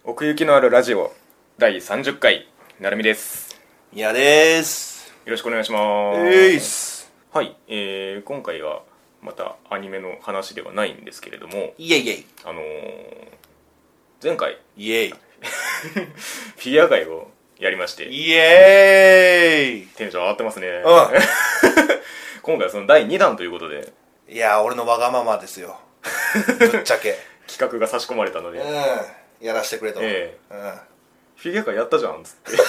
奥行きのあるラジオ第30回なるみです。 みやです。 よろしくお願いします。はい、今回はまたアニメの話ではないんですけれども、 イエイイエイ。 前回イエイフィギュア界をやりまして、 イエーイ。 テンション上がってますね。 うん今回はその第2弾ということで、 いや俺のわがままですよ。ぶっちゃけ企画が差し込まれたので、 やらしてくれと、 フィギュア界やったじゃんっつって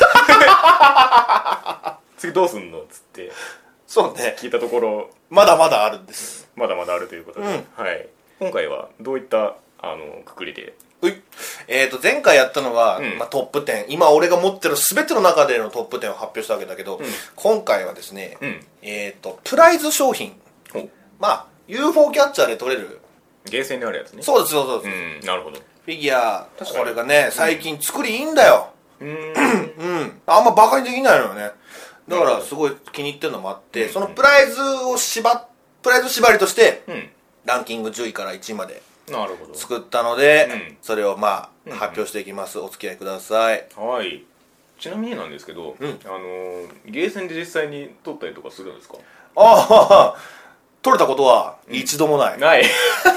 次どうすんのっつってそうね、 聞いたところ、 まだまだあるんです。 まだまだあるということで、はい、今回はどういったくくりで。 前回やったのは、トップ10、今俺が持ってる全ての中でのトップ10を発表したわけだけど、今回はですね、プライズ商品、UFO キャッチャーで取れるゲーセンにあるやつね。 そうですそうです、 なるほど。 フィギュア、これがね最近作りいいんだよ。あんまバカにできないのよね。だからすごい気に入ってるのもあって、そのプライズ縛りとして、ランキング10位から1位まで作ったので、それを発表していきます。お付き合いください。 はい。ちなみになんですけど、ゲーセンで実際に撮ったりとかするんですか？ 撮れたことは一度もない。 ない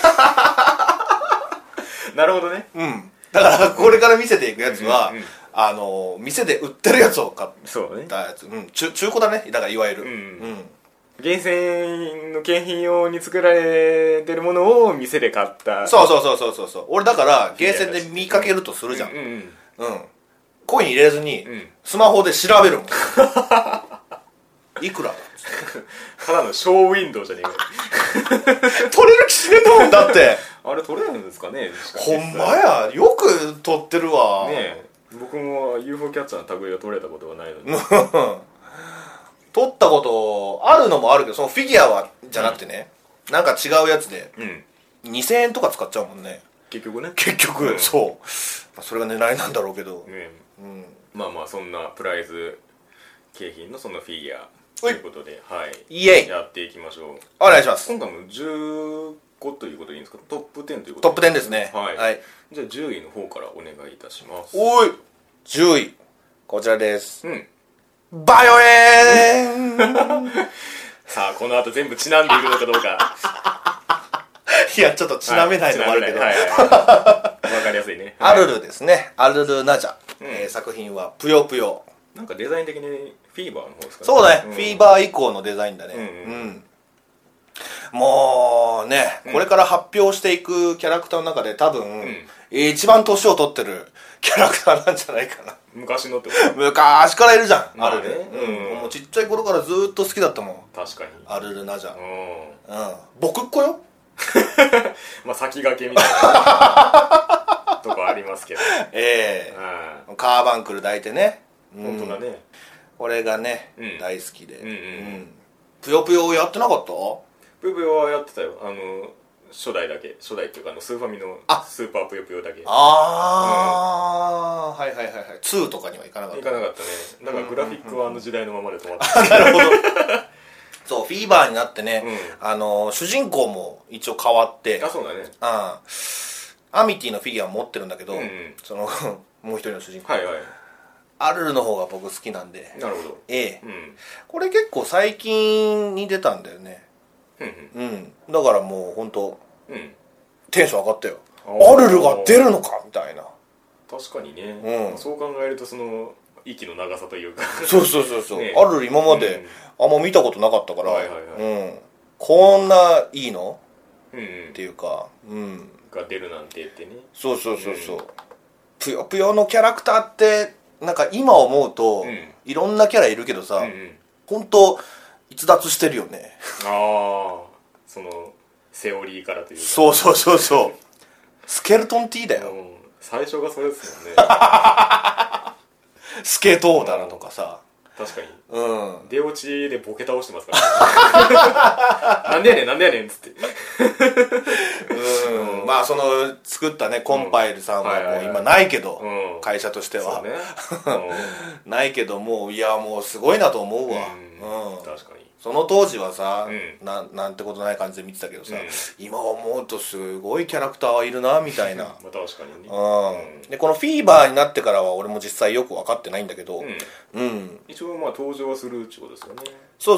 なるほどね。 だからこれから見せていくやつは、店で売ってるやつを買ったやつ、中古だね。だからいわゆるゲーセンの景品用に作られてるものを店で買った。 そう俺だからゲーセンで見かけるとするじゃん。コイン入れずにスマホで調べるもん。いくらだっつってただのショーウィンドウじゃねえか。 取れる気しねえと思うんだって。 あれ取れるんですかね。 ほんまや、よく取ってるわねえ。僕も UFO キャッチャーの類が取れたことがないので取ったことあるのもあるけど、そのフィギュアはじゃなくてね、なんか違うやつで、2000円とか使っちゃうもんね。 結局ね。 そう。それが狙いなんだろうけど、 そんなプライズ景品のそのフィギュアということで、 イエイやっていきましょう。 お願いします。 今回も15ということでいいんですか？トップ10ということで。 トップ10ですね。 はい。じゃあ10位の方からお願いいたします。 おい、10位こちらです。バイオレーンさあこの後全部ちなんでいるのかどうか。 いやちょっとちなめないのもあるけど、わかりやすいね。 アルルですね。アルルナジャ、作品はぷよぷよ。 なんかデザイン的にフィーバーの方ですかね。 そうね、フィーバー以降のデザインだね。もうね、これから発表していくキャラクターの中で多分、一番年を取ってるキャラクターなんじゃないかな。 昔のってこと？ 昔からいるじゃん、アルル。もうちっちゃい頃からずっと好きだったもん。 確かにアルルナジャ。僕っ子よ。 先駆けみたいなとこありますけど。 カーバンクル抱いてね。 本当だね。 これがね、大好きで。ぷよぷよやってなかった？ ぷよぷよはやってたよ。初代っていうかスーファミのスーパーぷよぷよだけ。 はい2とかにはいかなかった。 いかなかったね。だからグラフィックは時代のままで止まってた。 なるほど。そう、フィーバーになってね、主人公も一応変わって。 そうだね。 アミティのフィギュア持ってるんだけど、そのもう一人の主人公、アルルの方が僕好きなんで。 なるほど。 これ結構最近に出たんだよね。だからもう本当、テンション上がったよ。アルルが出るのかみたいな。 確かにね。そう考えるとその息の長さというか。 そう。アルル今まであんま見たことなかったから、こんないいのっていうか、 が出るなんてってね。 そう。ぷよぷよのキャラクターってなんか今思うと、いろんなキャラいるけどさ、本当逸脱してるよね。 そのセオリーからというか。 そうスケルトン T だよ。 最初がそれですもんね。 スケートオーダーとかさ。 確かに。出落ちでボケ倒してますからね。なんでやねんっつって。 まあその作ったねコンパイルさんはもう今ないけど、会社としては、ないけどもういやもうすごいなと思うわ。 確かにその当時はさ、なんてことない感じで見てたけどさ、今思うとすごいキャラクターいるなみたいなまあ確かにね。 でこのフィーバーになってからは俺も実際よく分かってないんだけど、 一応まあ登場はするってことですよね。 そう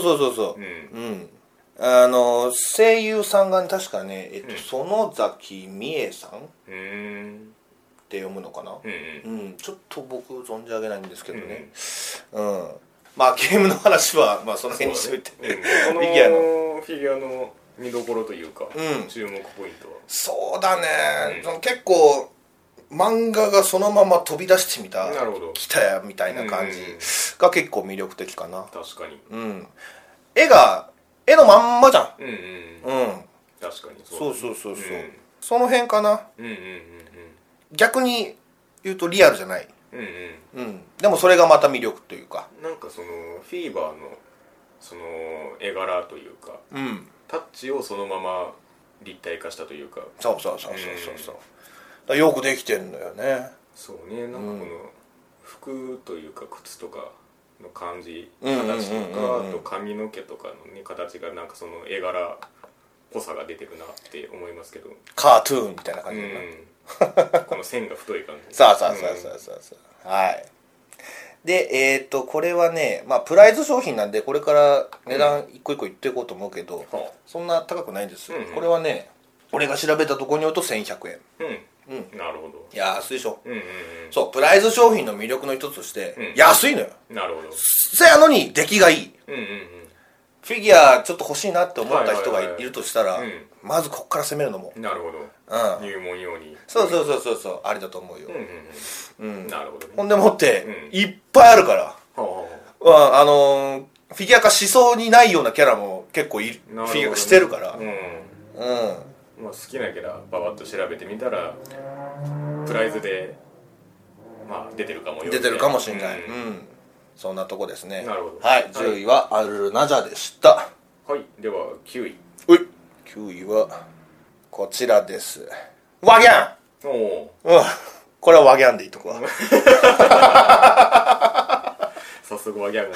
声優さんが、ね、確かね、園崎美恵さんって読むのかな、ちょっと僕存じ上げないんですけどね、まあゲームの話はまあその辺にしといて、 フィギュアの見どころというか、注目ポイントはそうだね、結構漫画がそのまま飛び出してみたきたやみたいな感じが結構魅力的かな。 確かに、 絵のまんまじゃん。 確かにそう、その辺かな。逆に言うとリアルじゃない。でもそれがまた魅力というか、 なんかそのフィーバーのその絵柄というか、タッチをそのまま立体化したというか、 そうよくできてんのよね。 そうね、なんかこの服というか靴とかの感じ、形とか、あと髪の毛とかのね形がなんかその絵柄っぽさが出てるなって思いますけど、 カートゥーンみたいな感じだな。 この線が太い感じ。 そうはい。でこれはね、まあプライズ商品なんでこれから値段一個一個言っていこうと思うけど、そんな高くないんですよ。これはね、俺が調べたところによると1100円。 なるほど。 安いでしょ。そう、プライズ商品の魅力の一つとして安いのよ。 なるほど。 せやのに出来がいい。フィギュアちょっと欲しいなって思った人がいるとしたら、まずこっから攻めるのも。なるほど。入門用に。 そうありだと思うよ。 なるほどね。 ほんでもっていっぱいあるから、フィギュア化しそうにないようなキャラも結構フィギュア化してるから、 まあ好きなキャラババッと調べてみたらプライズでまあ出てるかもしれない。そんなとこですね。 なるほど。 はい、10位はアルナジャでした。 はい、では9位。 9位はこちらです。ワギャン。これはワギャンでいいとこは。 早速ワギャンが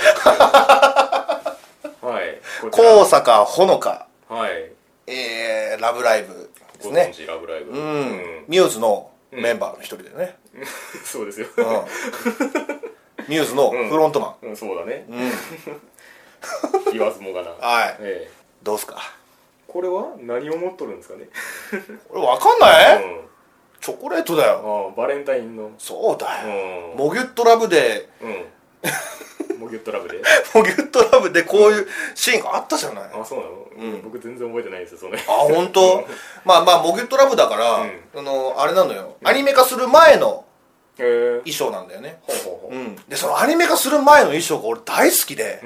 はい。 高坂ほのか。 はい。 ラブライブですね。 ご存知ラブライブ。 ミューズのメンバーの一人だよね。 そうですよ。 ミューズのフロントマン。 そうだね。言わずもがな。 はい。どうすか。 これは何を持っとるんですかね。 これわかんない？チョコレートだよ。 バレンタインの。 そうだよ。モギュットラブで。 モギュットラブでモギュットラブでこういうシーンがあったじゃない。 そうなの？僕全然覚えてないですよそれ。 本当？まあモギュットラブだからあれなのよ。アニメ化する前の衣装なんだよね。でそのアニメ化する前の衣装が俺大好きで、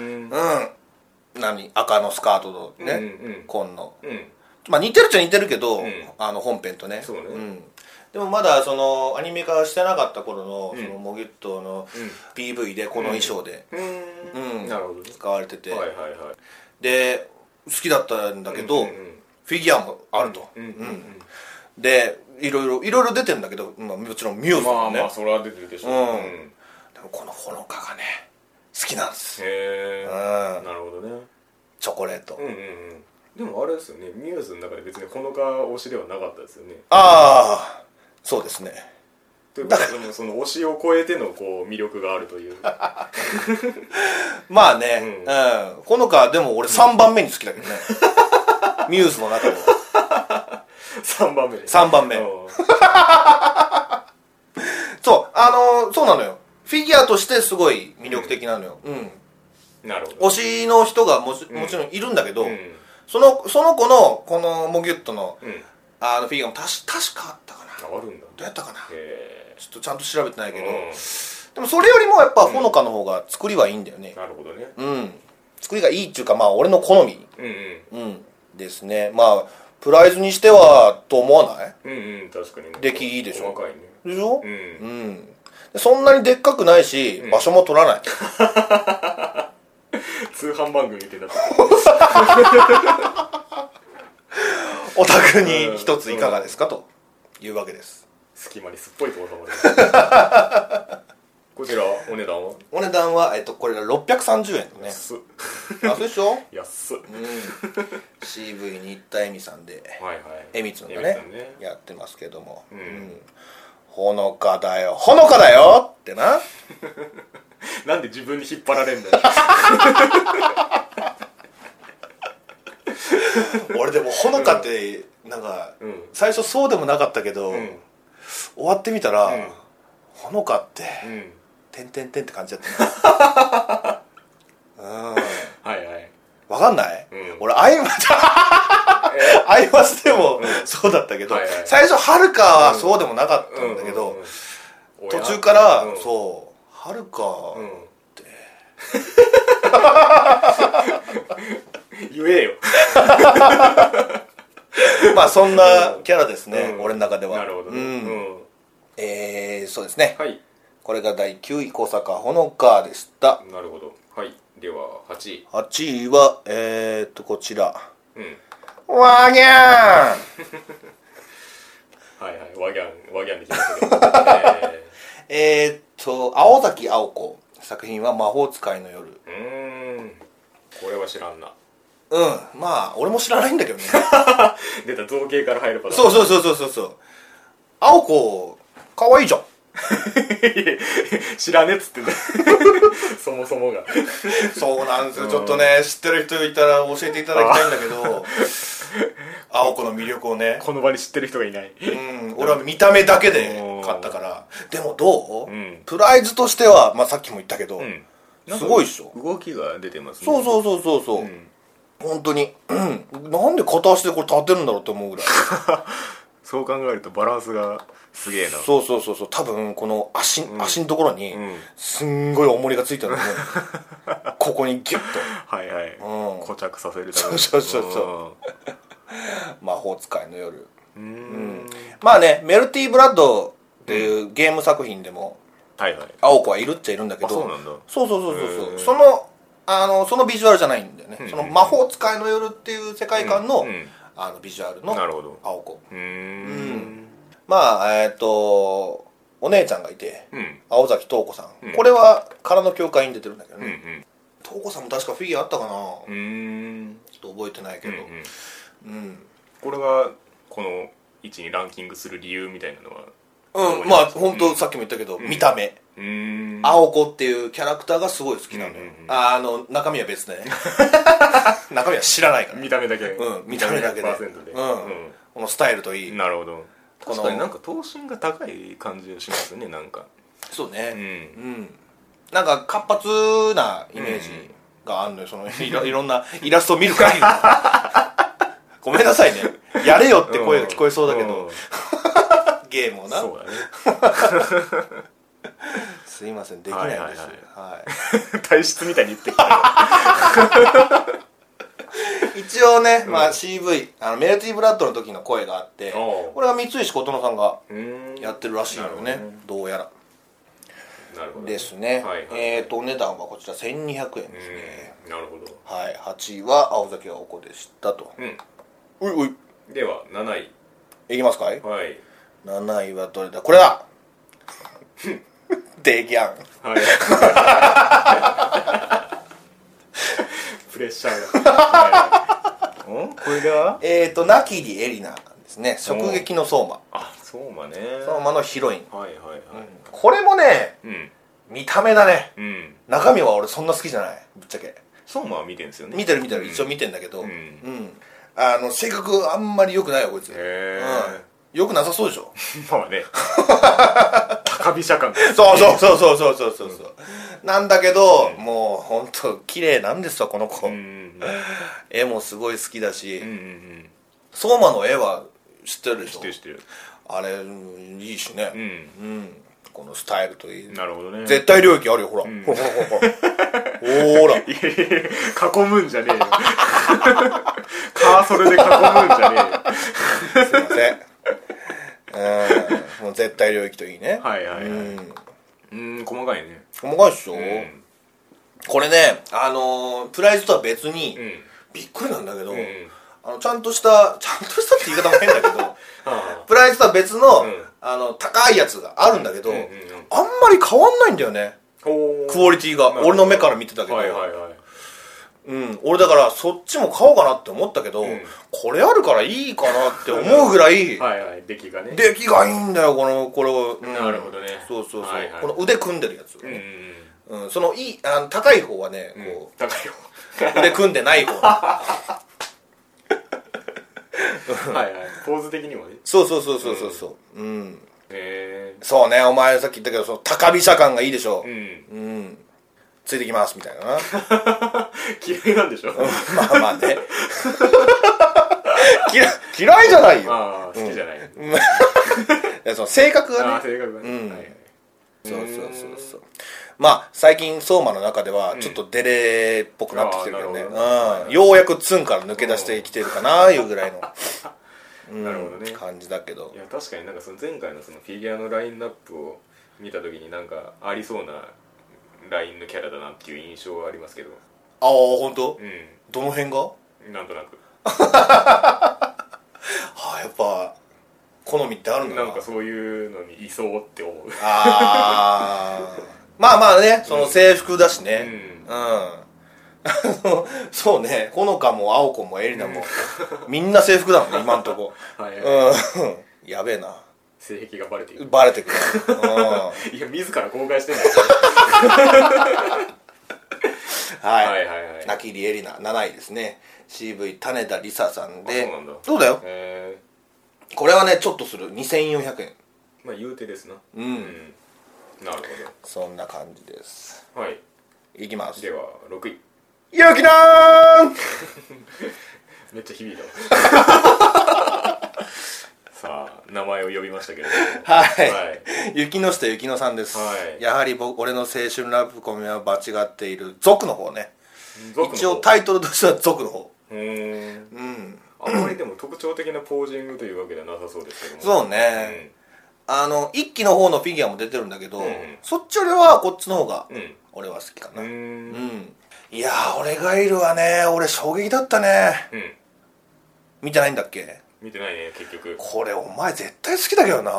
赤のスカートとね、紺の、まあ似てるっちゃ似てるけど、本編とね。でもまだそのアニメ化してなかった頃のそのモギュットの PV でこの衣装で使われてて、で好きだったんだけどフィギュアもあると。でいろいろ出てるんだけど、もちろんミューズもね。 まあそれは出てるでしょう。 でもこのほのかがね好きなんです。 なるほどね。 チョコレート。 でもあれですよね、ミューズの中で別にほのか推しではなかったですよね。 そうですね。 ということはその推しを超えてのこう魅力があるという。 まあね、ほのかでも俺3番目に好きだけどね。ミューズの中では。 3番目。 3番目。そうなのよ。フィギュアとしてすごい魅力的なのよ。 なるほど。 推しの人がもちろんいるんだけど、その子のこのモギュットのフィギュアも確かあったかな。 あるんだ。 どうやったかな。ちょっとちゃんと調べてないけど、でもそれよりもやっぱほのかの方が作りはいいんだよね。 なるほどね。 作りがいいっていうか、まあ俺の好みですね。まあプライズにしてはと思わない？ 確かに。 出来いいでしょ。 細かいね。 でしょ？そんなにでっかくないし、場所も取らない。 通販番組ってなってお宅に一ついかがですかというわけです。 隙間にすっぽいところまでこちらお値段はこれが630円ね。 安っでしょ。 安っ、 CV 新田恵美さんで、恵美つんがねやってますけども、ほのかだよってななんで自分に引っ張られんだよ俺でもほのかってなんか、最初そうでもなかったけど、終わってみたら、ほのかって、てんてんてんって感じだったわかんない、俺アイマスでもそうだったけど、最初はるかはそうでもなかったんだけど、途中からそうはるかって言えよまあそんなキャラですね、俺の中では。 なるほどね。 そうですね、これが第9位小坂ほのかでした。 なるほど。はい、では8 位はこちら、ワギャンワギャンできましたけど青崎青子、作品は魔法使いの夜。 これは知らんな。 まあ俺も知らないんだけどね出た造形から入るパターン。 そう青子かわいいじゃん知らねえっつってんだそもそもがそうなんですよ、ちょっとね知ってる人いたら教えていただきたいんだけど青子の魅力をね、 この場に知ってる人がいない。 俺は見た目だけで買ったから。でもどう、プライズとしては、さっきも言ったけど、すごいっしょ。 動きが出てますね。 そう本当に、なんで片足でこれ立てるんだろうって思うぐらいそう考えるとバランスがすげえな。 そう多分この足のところにすんごい重りがついてるのもここにギュッと固着させるために。 そう魔法使いの夜。まあね、メルティーブラッドっていうゲーム作品でも青子はいるっちゃいるんだけど、 そうなんだ。 そうそのビジュアルじゃないんだよね。その魔法使いの夜っていう世界観のビジュアルの青子。まあお姉ちゃんがいて、青崎瞳子さん、これは空の教会に出てるんだけどね。瞳子さんも確かフィギュアあったかな、ちょっと覚えてないけど、 これがこの位置にランキングする理由みたいなのは、 まあ本当さっきも言ったけど、見た目、青子っていうキャラクターがすごい好きなのよ。中身は別でね中身は知らないから、 見た目だけ、 見た目だけで、このスタイルといい。 なるほど。確かになんか頭身が高い感じがしますね。なんかそうね、なんか活発なイメージがあるのよ、そのいろんなイラストを見る限りごめんなさいね、やれよって声が聞こえそうだけどゲームをな。 そうだねすいません、できないです。 体質みたいに言ってきた一応ね、CV メルティーブラッドの時の声があって、これが三石琴乃さんがやってるらしいのよね、どうやら。 なるほどですね。お値段はこちら1200円ですね。 なるほど。 8位は青崎青子でしたと。 では7位いきますかい。 7 位はどれだ。これだデギャン。 プレッシャーがこれがナキリエリナですね。直撃の相馬。 相馬ね。 相馬のヒロイン。これもね、見た目だね。中身は俺そんな好きじゃない、ぶっちゃけ。 相馬は見てるんですよね。 見てる一応見てんだけど、性格あんまり良くないよこいつ。良くなさそうでしょまあね高飛車感。 そうなんだけど、もう本当綺麗なんですわこの子。絵もすごい好きだし、相馬の絵は知ってるでしょ。 知ってる。あれいいしね。このスタイルといい。 なるほどね。 絶対領域あるよ、ほら。ほら囲むんじゃねえよカーソルで囲むんじゃねえよすいません。もう絶対領域といいね。 細かいね。 細かいっしょ。これね、プライズとは別にびっくりなんだけど、 ちゃんとしたって言い方も変だけどプライズとは別の、高いやつがあるんだけど、あんまり変わんないんだよね、クオリティが。俺の目から見てたけど、俺だからそっちも買おうかなって思ったけど、これあるからいいかなって思うぐらい出来がね、 出来がいいんだよこれは。 なるほどね。 そう、この腕組んでるやつ、その高い方はね、こう高い方腕組んでない方ポーズ的にもね。 そう、そうね、お前さっき言ったけどその高飛車感がいいでしょ。ついてきますみたいなな嫌いなんでしょ。 まあね嫌いじゃないよ。 好きじゃない。 その性格がね。 性格がね。 そう。まあ最近相馬の中ではちょっとデレっぽくなってきてるけどね、ようやくツンから抜け出してきてるかないうぐらいのなるほどね、 感じだけど。 いや確かになんかその前回のそのフィギュアのラインナップを見た時になんかありそうなラインのキャラだなっていう印象はありますけど。 ああ本当？どの辺が？ なんとなくやっぱ好みってあるんだな。 なんかそういうのにいそうって思う。 まあね、その制服だしね。そうね、ほのかも青子もエリナもみんな制服だもんね今んとこ。やべえな、 性癖がバレてくる。いや自ら公開してないなきりエリナ7位ですね。 CV 種田理沙さんで。 そうなんだ。 そうだよ。これはねちょっとする2400円。 まあ言うてですな。なるほど。 そんな感じです。いきます。 では6位ゆきのーんめっちゃ響いたさあ名前を呼びましたけれども、 雪の下雪乃さんです。やはり俺の青春ラブコメは間違っている族の方ね。一応タイトルとしては族の方。 あんまりでも特徴的なポージングというわけではなさそうですけども。 そうね、一期の方のフィギュアも出てるんだけど、そっちよりはこっちの方が俺は好きかな。いやー、俺がいるわね。俺衝撃だったね。見てないんだっけ？ 見てないね結局。 これお前絶対好きだけどな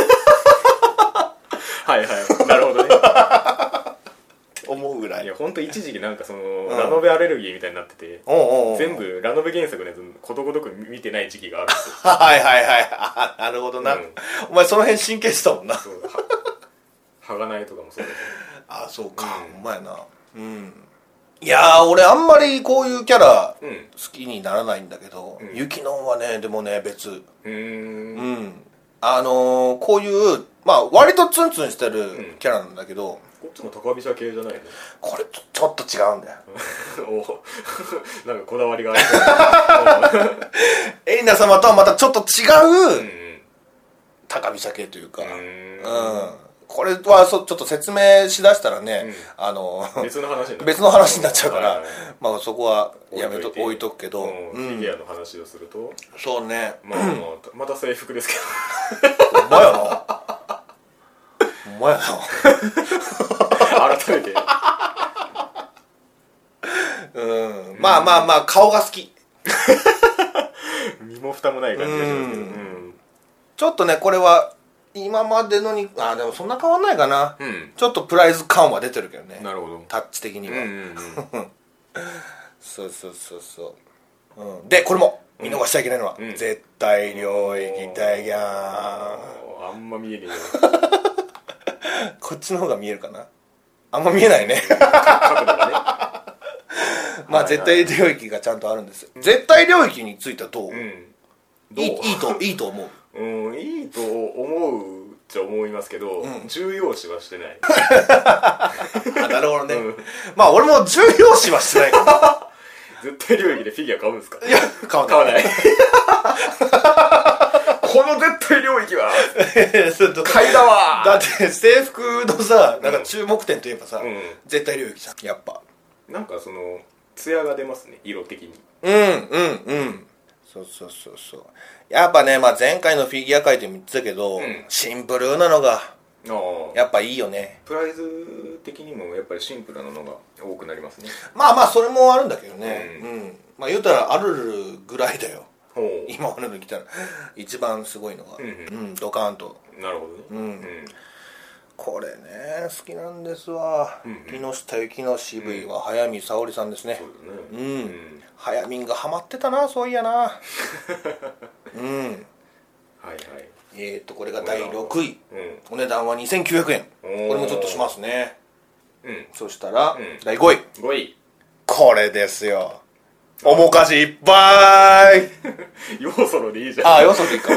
なるほどね思うぐらい。 いや本当一時期なんかその、ラノベアレルギーみたいになってて、全部ラノベ原作のやつことごとく見てない時期があるんですよ。 なるほどな、お前その辺神経質だもんな。 はがないとかもそうだし、 そうか、お前な。いやー、俺あんまりこういうキャラ好きにならないんだけど、雪のはね、でもね別。こういうまあ割とツンツンしてるキャラなんだけど、 こっちも高飛車系じゃないの？ これちょっと違うんだよなんかこだわりがあるエリナ様とはまたちょっと違う高飛車系というか、これはちょっと説明しだしたらね、 別の話になっちゃうから、まあそこは置いとくけど、 フィギュアの話をすると、 そうね、 また制服ですけど。お前やな改めてまあ顔が好き身も蓋もない感じがしますけど、 ちょっとねこれは今までのにでもそんな変わんないかな、ちょっとプライズ感は出てるけどね。 なるほど。 タッチ的にはそう、でこれも見逃しちゃいけないのは、絶対領域大ギャン。 あんま見えねえよこっちの方が見えるかな。あんま見えないねまあ絶対領域がちゃんとあるんです。絶対領域についてはどう？いいと思う。 いいと思うっちゃ思いますけど、重要視はしてないなるほどね、まあ俺も重要視はしてないから絶対領域でフィギュア買うんですか？ いや買わないこの絶対領域は買いだわ。 だって制服のさ、なんか注目点といえばさ、絶対領域じゃん。やっぱなんかその艶が出ますね、色的に。 そうやっぱね、まあ、前回のフィギュア界でも言ってたけど、シンプルなのがやっぱいいよね。 プライズ的にもやっぱりシンプルなのが多くなりますね。 まあそれもあるんだけどね。まあ言うたらアルルルぐらいだよ。今までの来たら一番すごいのが、ドカーンと。 なるほどね。 これね好きなんですわ。木下ゆきの CV は早見沙織さんですね。 そうですね。 早見がハマってたな、そういやな。はいはい。 これが第6位。お値段は2900円。これもちょっとしますね。そしたら第5位。 5位。 これですよ。面かじいっぱい。 要素のでいいじゃん。 要素でいいか。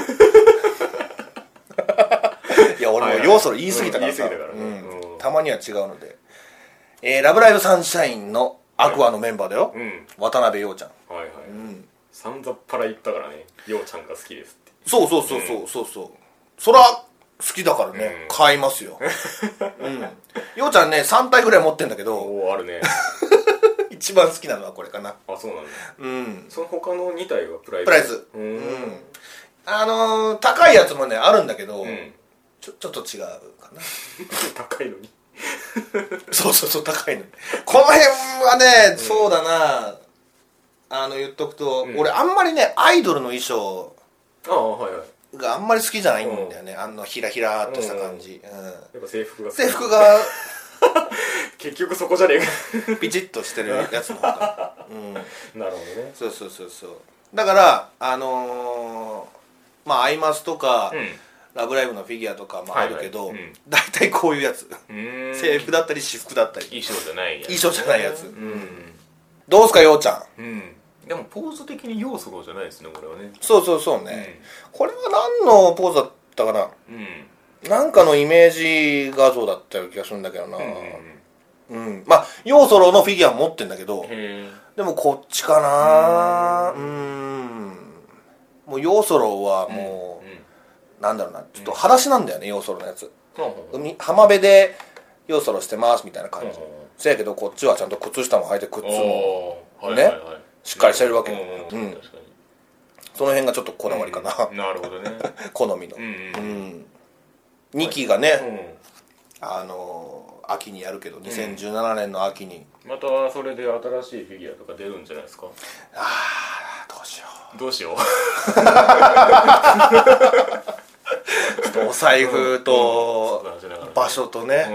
いや俺も要素言い過ぎたからさ。たまには違うので。ラブライブサンシャインのアクアのメンバーだよ。渡辺陽ちゃん。 さんざっぱら言ったからね、陽ちゃんが好きですって。 そうそら好きだからね、買いますよ。陽ちゃんね3体ぐらい持ってんだけど。 あるね。 一番好きなのはこれかな。 そうなんだ。その他の2体はプライズ。 高いやつもねあるんだけど、ちょっと違うかな。 高いのに。 そう高いのに。この辺はね、そうだな、言っとくと、俺あんまりねアイドルの衣装があんまり好きじゃないんだよね。ヒラヒラっとした感じ。 やっぱ制服が結局そこじゃねえか。 ピチッとしてるやつの方が。 なるほどね。 そうだからアイマスとか、ラブライブのフィギュアとかもあるけど、大体こういうやつ。制服だったり私服だったり。 衣装じゃないやつ。どうすか陽ちゃん。でもポーズ的に要素じゃないですね、これはね。 そうね。これは何のポーズだったかな。なんかのイメージ画像だったような気がするんだけどな。ヨーソロのフィギュア持ってんだけど、でもこっちかな。もうヨーソロはもう、なんだろうな、ちょっと裸足なんだよね、ヨーソロのやつ。浜辺でヨーソロしてますみたいな感じ。せやけどこっちはちゃんと靴下も履いて靴もね、しっかりしてるわけよ。その辺がちょっとこだわりかな。 なるほどね。 好みの。2期がね、秋にやるけど、2017年の秋にまたそれで新しいフィギュアとか出るんじゃないですか。どうしよう。 ちょっとお財布と場所とね。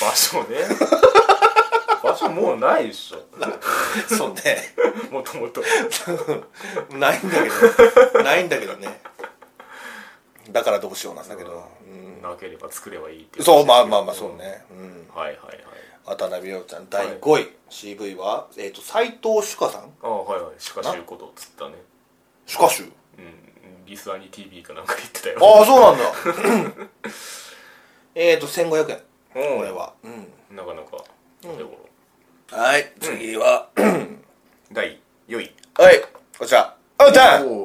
場所もうないでしょ。 そうね。 もともとないんだけどね。だからどうしようなんだけど。 なければ作ればいいっていう。 そう、まあそうね。渡辺陽ちゃん第5位。CV は斉藤朱夏さん。 朱夏シュことつったね。 朱夏シュ。 リスアニ TV かなんか言ってたよ。 そうなんだ。1500円。これは。 なかなか。 はい、次は第4位。 はい、こちら。おうたん。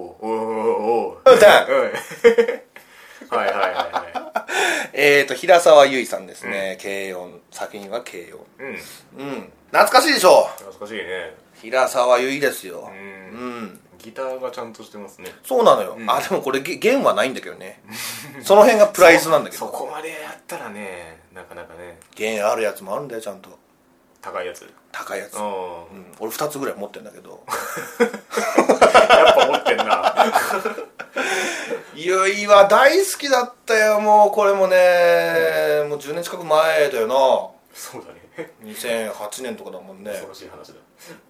平沢優衣さんですね。軽音、作品は軽音。懐かしいでしょ。 懐かしいね。 平沢優衣ですよ。 ギターがちゃんとしてますね。 そうなのよ。でもこれ弦はないんだけどね。その辺がプライズなんだけど。 そこまでやったらね、なかなかね。 弦あるやつもあるんだよ、ちゃんと。 高いやつ。 俺2つぐらい持ってんだけど。 やっぱ持ってんな。 ゆいは大好きだったよ。もうこれもね、もう10年近く前だよな。 そうだね。 2008年とかだもんね。 恐ろしい話だ。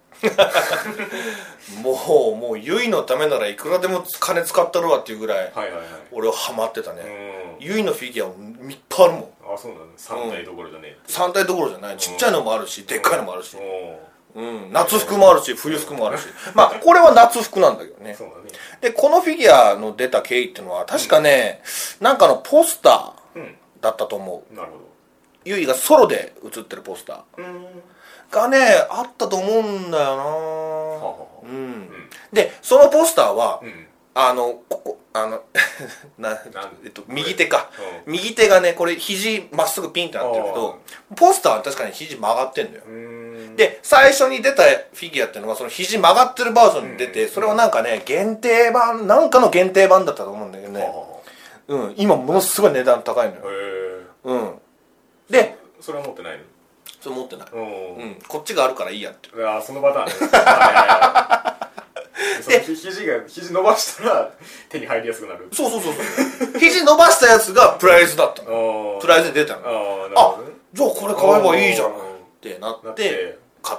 もうゆいのためならいくらでも金使ったるわっていうぐらい俺はハマってたね。ゆいのフィギュアいっぱいあるもん。 そうなの。3体どころじゃねえ。 3体どころじゃない。ちっちゃいのもあるし、でっかいのもあるし、夏服もあるし、冬服もあるし。これは夏服なんだけどね。でこのフィギュアの出た経緯っていうのは確かね、なんかのポスターだったと思う。 なるほど。 ゆいがソロで写ってるポスターがねあったと思うんだよな。でそのポスターはここ右手か、右手がねこれ肘まっすぐピンってなってるけど、ポスターは確かに肘曲がってんのよ。で最初に出たフィギュアっていうのがその肘曲がってるバージョンに出て、それはなんかね限定版なんかの限定版だったと思うんだけどね。今ものすごい値段高いのよ。 でそれは持ってないの？ それ持ってない。こっちがあるからいいやって。 ああ、そのパターンね。肘伸ばしたら手に入りやすくなる。 そう肘伸ばしたやつがプライズだったの。プライズで出たの。あ、じゃあこれ買えばいいじゃんってなって買った。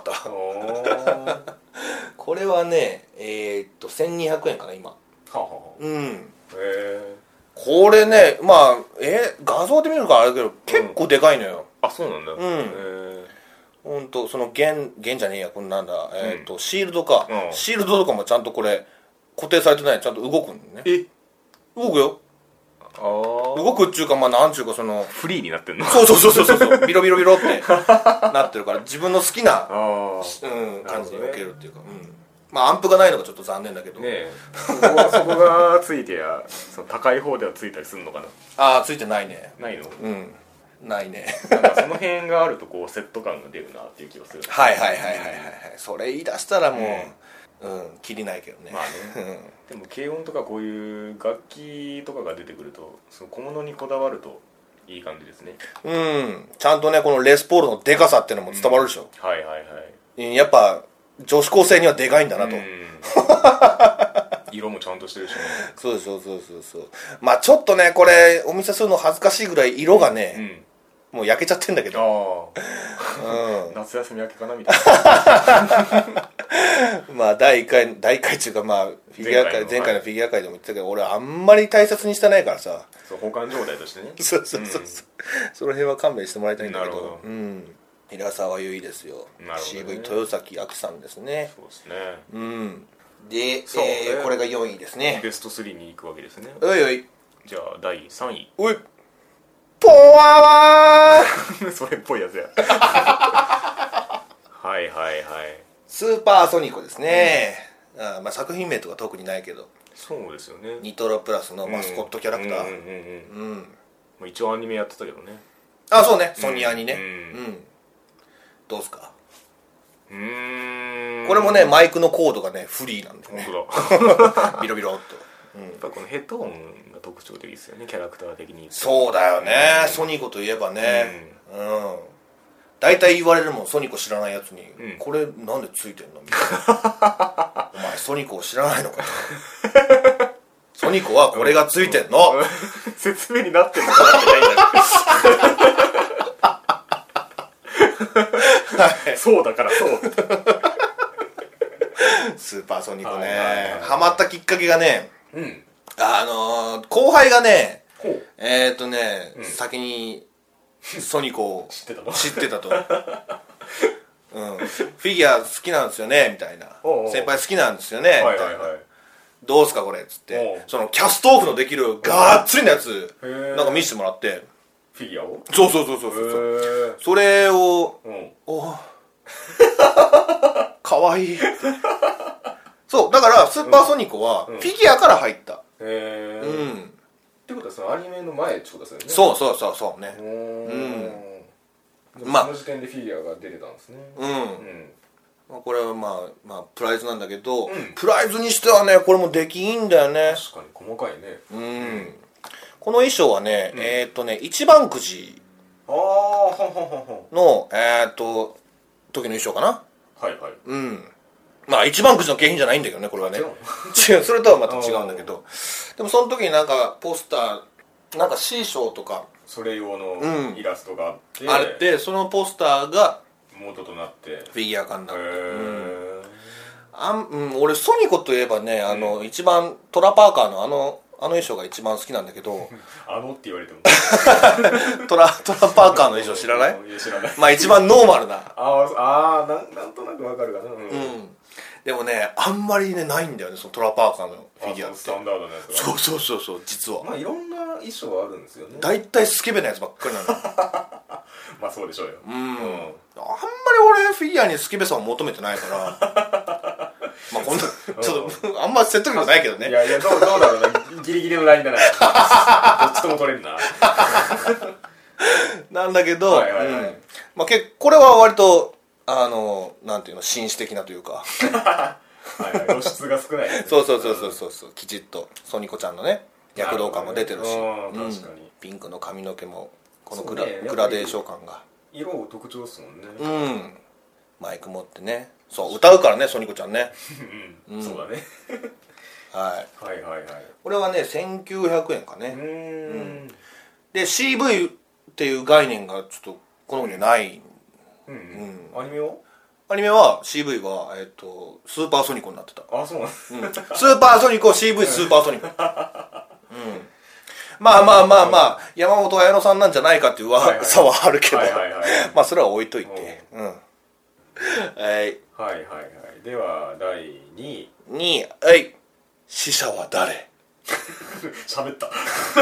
これはね1200円かな今。これね、まあ画像で見るからあれだけど結構でかいのよ。 あ、そうなんだ。 ほんとその弦じゃねえや、これなんだ、シールドか、シールドとかもちゃんとこれ固定されてない、ちゃんと動くんだね。動くよ。動くっちゅうか、まあなんちゅうか、そのフリーになってんの。 そうビロビロビロってなってるから自分の好きな感じに動けるっていうか、まあアンプがないのがちょっと残念だけどね。そこがついてや、その高い方ではついたりするのかな。 ああ、ついてないね。 ないの？ ないね。 なんかその辺があるとこうセット感が出るなっていう気がする。 はい。それ言い出したらもう切りないけどね。 まあね。でも軽音とかこういう楽器とかが出てくると、その小物にこだわるといい感じですね。 ちゃんとねこのレスポールのでかさっていうのも伝わるでしょ。やっぱ女子高生にはでかいんだなと。 色もちゃんとしてるしね。 そう。まあちょっとねこれお見せするの恥ずかしいぐらい色がね、もう焼けちゃってんだけど。 夏休み明けかなみたいな。まあ第1回っていうか、まあ前回のフィギュア界でも言ってたけど、俺あんまり大切にしてないからさ。 保管状態としてね。 そう。その辺は勘弁してもらいたいんだけど。平沢優衣ですよ。CV 豊崎亜紀さんですね。 そうですね。 で、これが4位ですね。 ベスト3に行くわけですね。 おい。 じゃあ第3位。 おい。ポワーそれっぽいやつや。はい。 スーパーソニコですね。まあ作品名とか特にないけど。 そうですよね。 ニトロプラスのマスコットキャラクター。 一応アニメやってたけどね。 あ、そうね。ソニアニね。どうすか？これもねマイクのコードがねフリーなんだよね。ビロビロっと。 やっぱこのヘッドホンが特徴的ですよね、キャラクター的に。 そうだよね。ソニコといえばね。大体言われるもん、ソニコ知らないやつに、これなんでついてんのみたいな。お前ソニコを知らないのかと。ソニコはこれがついてんの。 説明になってんのかなってないんだ。そうだからそう。 スーパーソニコね、ハマったきっかけがね、後輩がね、先にソニコを知ってたと。フィギュア好きなんですよねみたいな。先輩好きなんですよねみたいな。どうすかこれっつって、そのキャストオフのできるガッツリなやつなんか見せてもらって、 フィギュアを。 そう。それをかわいい。そうだからスーパーソニコはフィギュアから入った。 ってことはそのアニメの前ってことですよね。 そうね。 まあその時点でフィギュアが出てたんですね。 これはまあプライズなんだけど、プライズにしてはねこれも出来いいんだよね。 確かに細かいね。 この衣装はね一番くじの時の衣装かな。まあ一番くじの景品じゃないんだけどねこれはね。違う、それとはまた違うんだけど、でもその時になんかポスターなんか C 賞とかそれ用のイラストがあって、そのポスターが元となってフィギュア化になって、俺ソニコといえばね一番トラパーカーのあの衣装が一番好きなんだけどって言われてもトラパーカーの衣装知らない？ 知らない。 まあ一番ノーマルな。 なんとなくわかるかな。 でもねあんまりねないんだよねそのトラパーカーのフィギュアって。 スタンダードなやつが。 そう実は。 まあいろんな衣装はあるんですよね。 大体スケベなやつばっかりなの。 まあそうでしょうよ。 あんまり俺フィギュアにスケベさを求めてないからまあこんなちょっとあんま説得力ないけどね。 いやどうだろうな。ギリギリのラインだな。どっちとも取れるな。 なんだけど、まあこれは割となんていうの紳士的なというか露出が少ない。 そうきちっとソニコちゃんのね躍動感も出てるし、 確かにピンクの髪の毛もこのグラデーション感が色特徴ですもんね。 マイク持ってね、そう歌うからねソニコちゃんねそうだねはい、 はいはいはい。 これはね1900円かね。で CV っていう概念がちょっとこの子にはない。 アニメは CV はスーパーソニコになってた。 あ、そうなんです、 スーパーソニコ CV スーパーソニコまあ山本彩乃さんなんじゃないかっていう噂はあるけど、まあそれは置いといて、はいでは第2 位はい、死者は誰喋った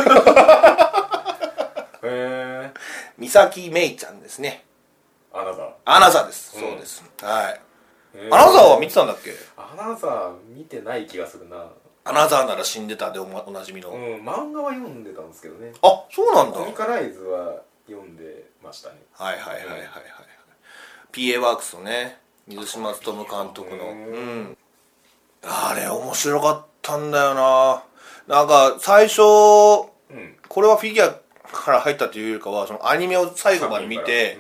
三崎芽衣ちゃんですね。アナザーです、そうです。はい。アナザーは見てたんだっけ？ アナザー見てない気がするな。 アナザーなら死んでたでおなじみの。 漫画は読んでたんですけどね。 あ、そうなんだ。 コミカライズは読んでましたね。 はい。PA ワークスのね、水島勉監督の。あれ面白かったんだよな。なんか最初、これはフィギュアから入ったというよりかはそのアニメを最後まで見て、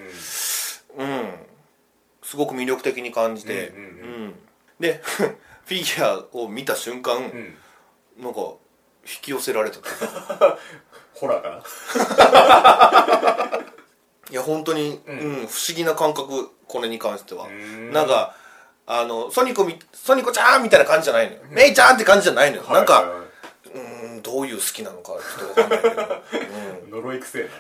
すごく魅力的に感じて、でフィギュアを見た瞬間、なんか引き寄せられたホラーかな。 いや本当に、不思議な感覚、これに関しては。なんかソニコちゃんみたいな感じじゃないのよ、メイちゃんって感じじゃないのよ、なんかどういう好きなのかちょっと分かんないけど呪いくせえな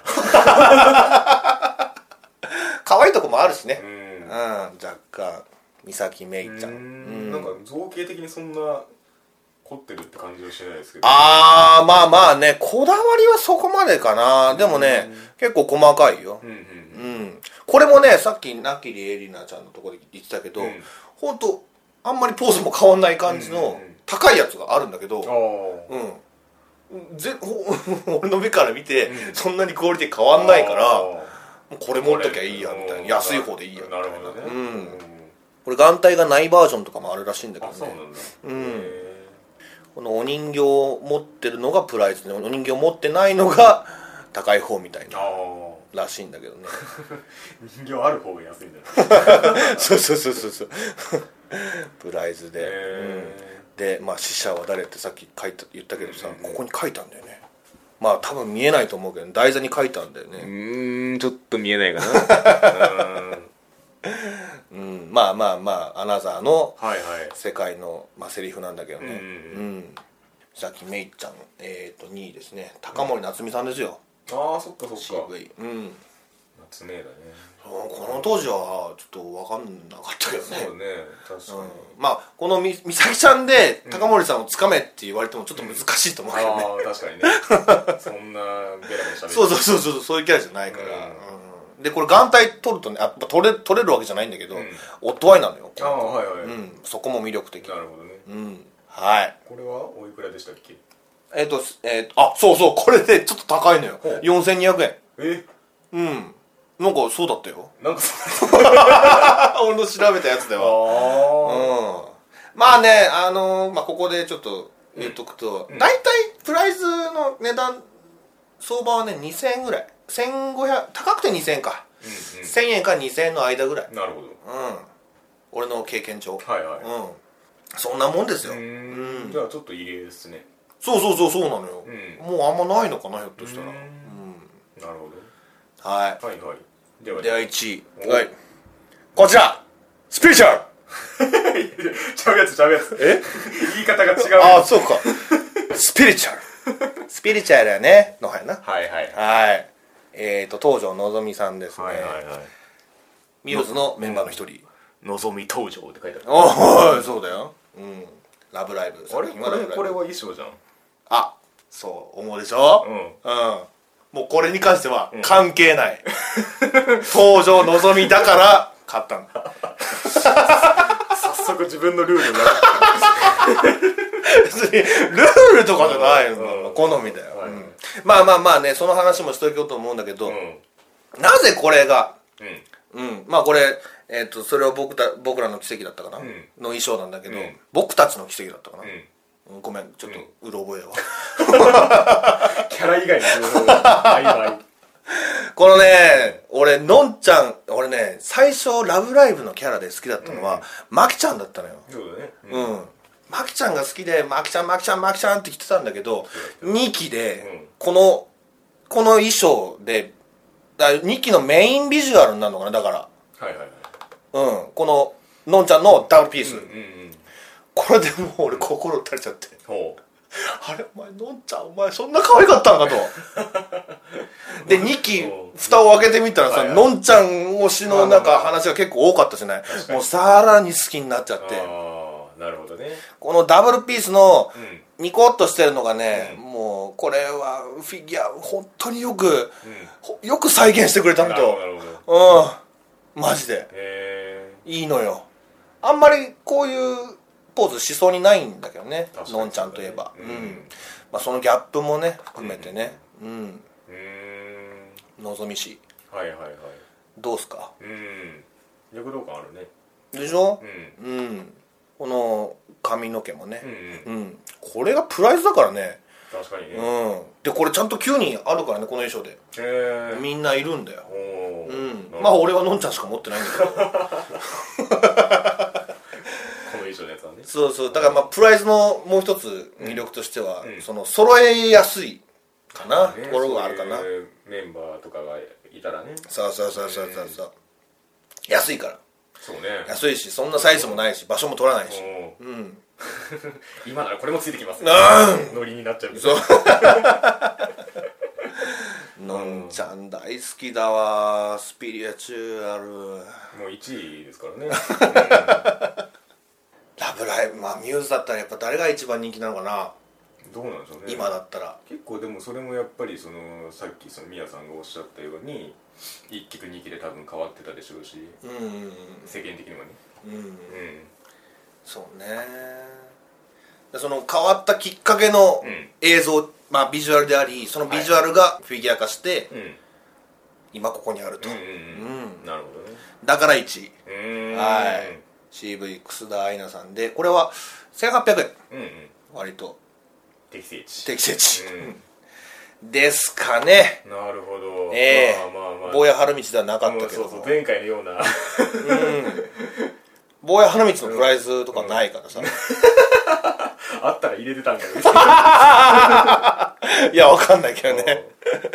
可愛いとこもあるしね、若干三崎芽衣ちゃん、 なんか造形的にそんな凝ってるって感じはしないですけど、 まあね、こだわりはそこまでかな。でもね、結構細かいよ。これもね、さっきナキリエリナちゃんのところで言ってたけど、ほんとあんまりポーズも変わんない感じの高いやつがあるんだけど、俺の目から見てそんなにクオリティ変わんないから、これ持っときゃいいやみたいな、安い方でいいやみたいな。これ眼帯がないバージョンとかもあるらしいんだけどね。このお人形を持ってるのがプライズで、お人形を持ってないのが高い方みたいならしいんだけどね。 人形ある方が安いんだよそうプライズで、でまあ死者は誰ってさっき言ったけどさ、ここに書いたんだよね。まあ多分見えないと思うけど台座に書いたんだよね。 ちょっと見えないかなまあアナザーの世界の、セリフなんだけどね。さっきメイちゃん2位ですね、高森夏美さんですよ。 そっか CV。 夏目だね。 この当時はちょっと分かんなかったけどね。 そうね、確かに。 まあこの美咲ちゃんで高森さんをつかめって言われてもちょっと難しいと思うけどね。 確かにねそんなベラベラしゃべる。 そういうキャラじゃないから。でこれ眼帯取るとね、取れるわけじゃないんだけど、オットワイなのよ。そこも魅力的。 なるほどね。 はい。 これはおいくらでしたっけ？ そうこれでちょっと高いのよ。4200円。なんかそうだったよ。 なんか俺の調べたやつでは。まあね、ここでちょっと言っとくと、大体プライズの値段相場はね2000円ぐらい、1500、高くて2000円か、1000円から2000円の間ぐらい。 なるほど。 俺の経験上、そんなもんですよ。 じゃあちょっと異例ですね。 そうなのよ。もうあんまないのかな、ひょっとしたら。なるほど。 はい。 では 1位、こちらスピリチュアルちゃうやつ言い方が違う。 そうかスピリチュアルやねのはやな。東條のぞみさんですね。ミューズのメンバーの一人。 のぞみ東條って書いてある。 そうだよ。ラブライブ。 これは衣装じゃん。 そう思うでしょ。もうこれに関しては関係ない。東條のぞみだから買ったんだ。 早速自分のルールが別にルールとかじゃないよ、好みだよ。まあね、その話もしといこうと思うんだけど、なぜこれがまあこれそれは僕らの奇跡だったかなの衣装なんだけど、僕たちの奇跡だったかな。ごめん、ちょっとうろ覚えは。 キャラ以外のバイバイ。 このね、俺のんちゃん、俺ね最初ラブライブのキャラで好きだったのは、まきちゃんだったのよ。 そうだね。 まきちゃんが好きで、まきちゃんって言ってたんだけど、2期で、この衣装で、2期のメインビジュアルになるのかな、だから。この、のんちゃんのダブルピース。これでもう俺心打たれちゃって。あれ、お前、のんちゃん、お前そんな可愛かったんかと。で、2期、蓋を開けてみたらさ、のんちゃん推しのなんか話が結構多かったじゃない。もうさらに好きになっちゃって。 なるほどね。 このダブルピースのニコッとしてるのがね、もうこれはフィギュア本当によく再現してくれたんだよ。マジでいいのよ。あんまりこういうポーズしそうにないんだけどね、のんちゃんといえば。まあそのギャップもね含めてね、望みしい。どうすか。 躍動感あるね。 でしょ。この髪の毛もね、これがプライズだからね。 確かにね。 でこれちゃんと9人あるからね、この衣装で。みんないるんだよ。まあ俺はのんちゃんしか持ってないんだけど。この衣装のやつはね。 そうそう、だからまあプライズのもう一つ魅力としては、その揃えやすいかな、ところがあるかな。 メンバーとかがいたらね。 そう。安いから。 そうね。 安いし、そんなサイズもないし、場所も取らないし。 今ならこれもついてきます。ノリになっちゃうけど。 そう。のんちゃん大好きだわ。スピリチュアル。もう1位ですからね。 ラブライブ、まあミューズだったらやっぱ誰が一番人気なのかな。 どうなんでしょうね。 今だったら結構でもそれもやっぱりさっきミヤさんがおっしゃったように1期と2期で多分変わってたでしょうし、世間的にはね。 そうね。その変わったきっかけの映像、まあビジュアルであり、そのビジュアルがフィギュア化して、今ここにあると。 なるほどね。 だから1位。CV 楠田愛菜さんで、これは1800円。割と適正値ですかね。 なるほど。 坊や春道ではなかったけど、 そう前回のような坊や春道のプライズとかないからさ。 あったら入れてたんだけど。 いや、わかんないけどね。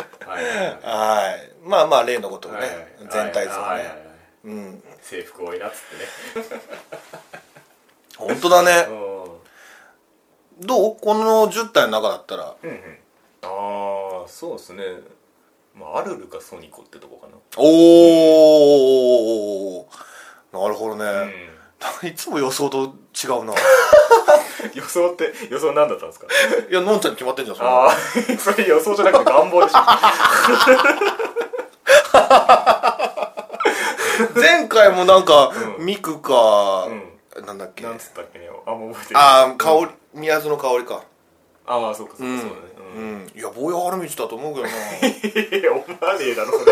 まあ例のことをね、全体像ね。 制服多いなっつってね。 本当だね。どう？この10体の中だったら。 そうですね。アルルかソニコってとこかな。 なるほどね。いつも予想と違うな。 予想何だったんですか。 いや、のんちゃんに決まってんじゃん。 それ予想じゃなくて願望でしょ。 前回もなんかミクかなんだっけ、 なんつったっけね、もう覚えてる。 香り、宮津の香りか。 そうかそうだね。 いや、坊や春道だと思うけどな。 思わねえだろそれ。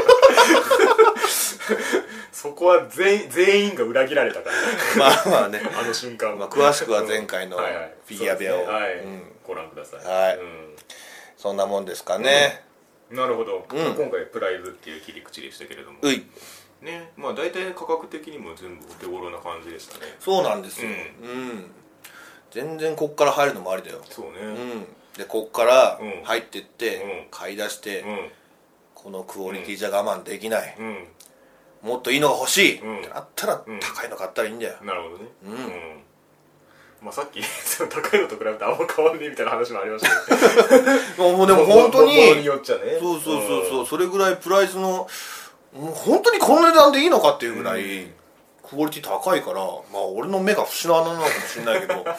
そこは全員が裏切られたから。 まあね、 あの瞬間。 詳しくは前回のフィギュア部屋をご覧ください。 そんなもんですかね。 なるほど。今回プライズっていう切り口でしたけれどもね、大体価格的にも全部お手頃な感じでしたね。 そうなんですよ。全然こっから入るのもありだよ。 そうね。 でこっから入ってって買い出して、このクオリティじゃ我慢できない、もっといいのが欲しいってなったら高いの買ったらいいんだよ。 なるほどね。さっき高いのと比べてあんま変わんねえみたいな話もありましたけど。 もうでも本当に物によっちゃね。 そうそれぐらいプライスのもう本当にこの値段でいいのかっていうぐらいクオリティ高いから、俺の目が節の穴なのかもしれないけどね、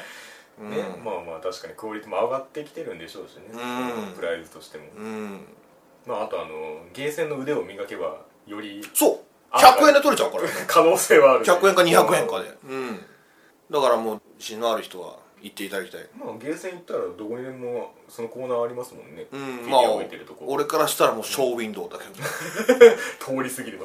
確かにクオリティも上がってきてるんでしょうしね、プライズとしても。あとゲーセンの腕を磨けばよりそう100円で取れちゃうからね。 可能性はある、 100円か200円かで。だからもう自信のある人は行っていただきたい。 ゲーセン行ったらどこにでもそのコーナーありますもんね。 俺からしたらもうショーウィンドウだけど通り過ぎるの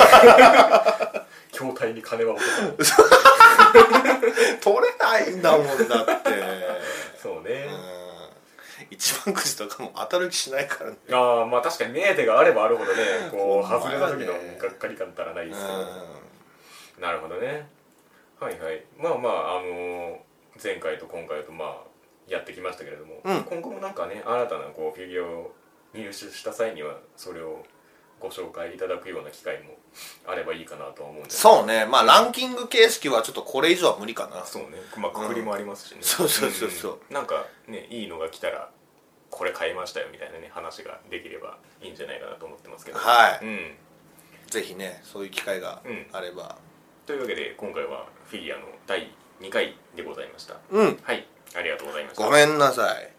筐体に金は落とさない。 取れないんだもんだって。 そうね。 一一番くじとかも当たる気しないからね。 ああ、まあ確かに目当てがあればあるほどね、こう外れた時のがっかり感ったらないですけど、なるほどね。はいはい。まあまあ前回と今回とまあやってきましたけれども、今後もなんかね、新たなこうフィギュアを入手した際にはそれをご紹介いただくような機会もあればいいかなとは思うんで。 そうね、まあランキング形式はちょっとこれ以上は無理かな。 そうね、まあくくりもありますしね、 そうそうそうそう、 なんかね、いいのが来たらこれ買いましたよみたいなね話ができればいいんじゃないかなと思ってますけど、 はい、ぜひねそういう機会があれば、 というわけで今回はフィギュアの第2回でございました。はい、ありがとうございました。 ごめんなさい。